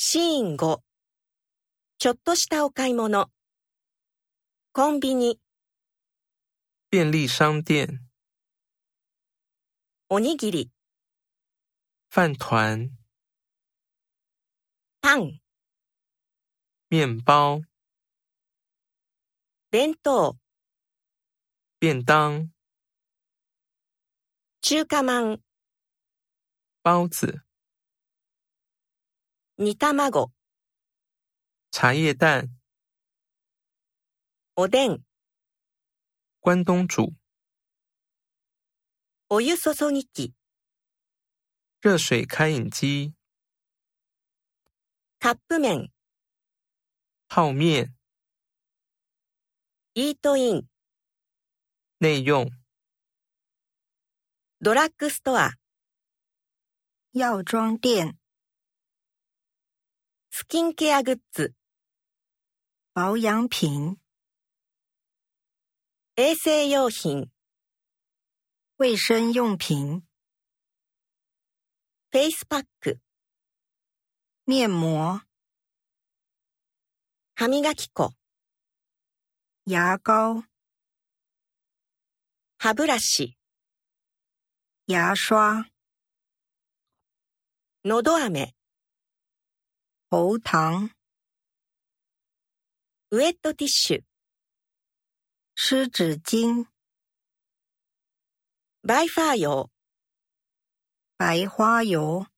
シーン5、ちょっとしたお買い物。コンビニ、 便利商店、 おにぎり、 饭团、 パン、 面包、 弁当、 便当、 中華まん、 包子、 煮卵、 茶叶蛋、 おでん、 关东煮、 お湯注ぎ器、 热水开饮机、 カップ麺、 泡面、 イートイン、 内用、 ドラッグストア、 药妆店、 スキンケアグッズ、 保養品、 衛生用品、 衛生用品、 フェイスパック、 面膜、 歯磨き粉、 牙膏、 歯ブラシ、 牙刷、 のど飴、 喉糖、 ウェットティッシュ、 湿紙巾、 バイファー用、 白花油。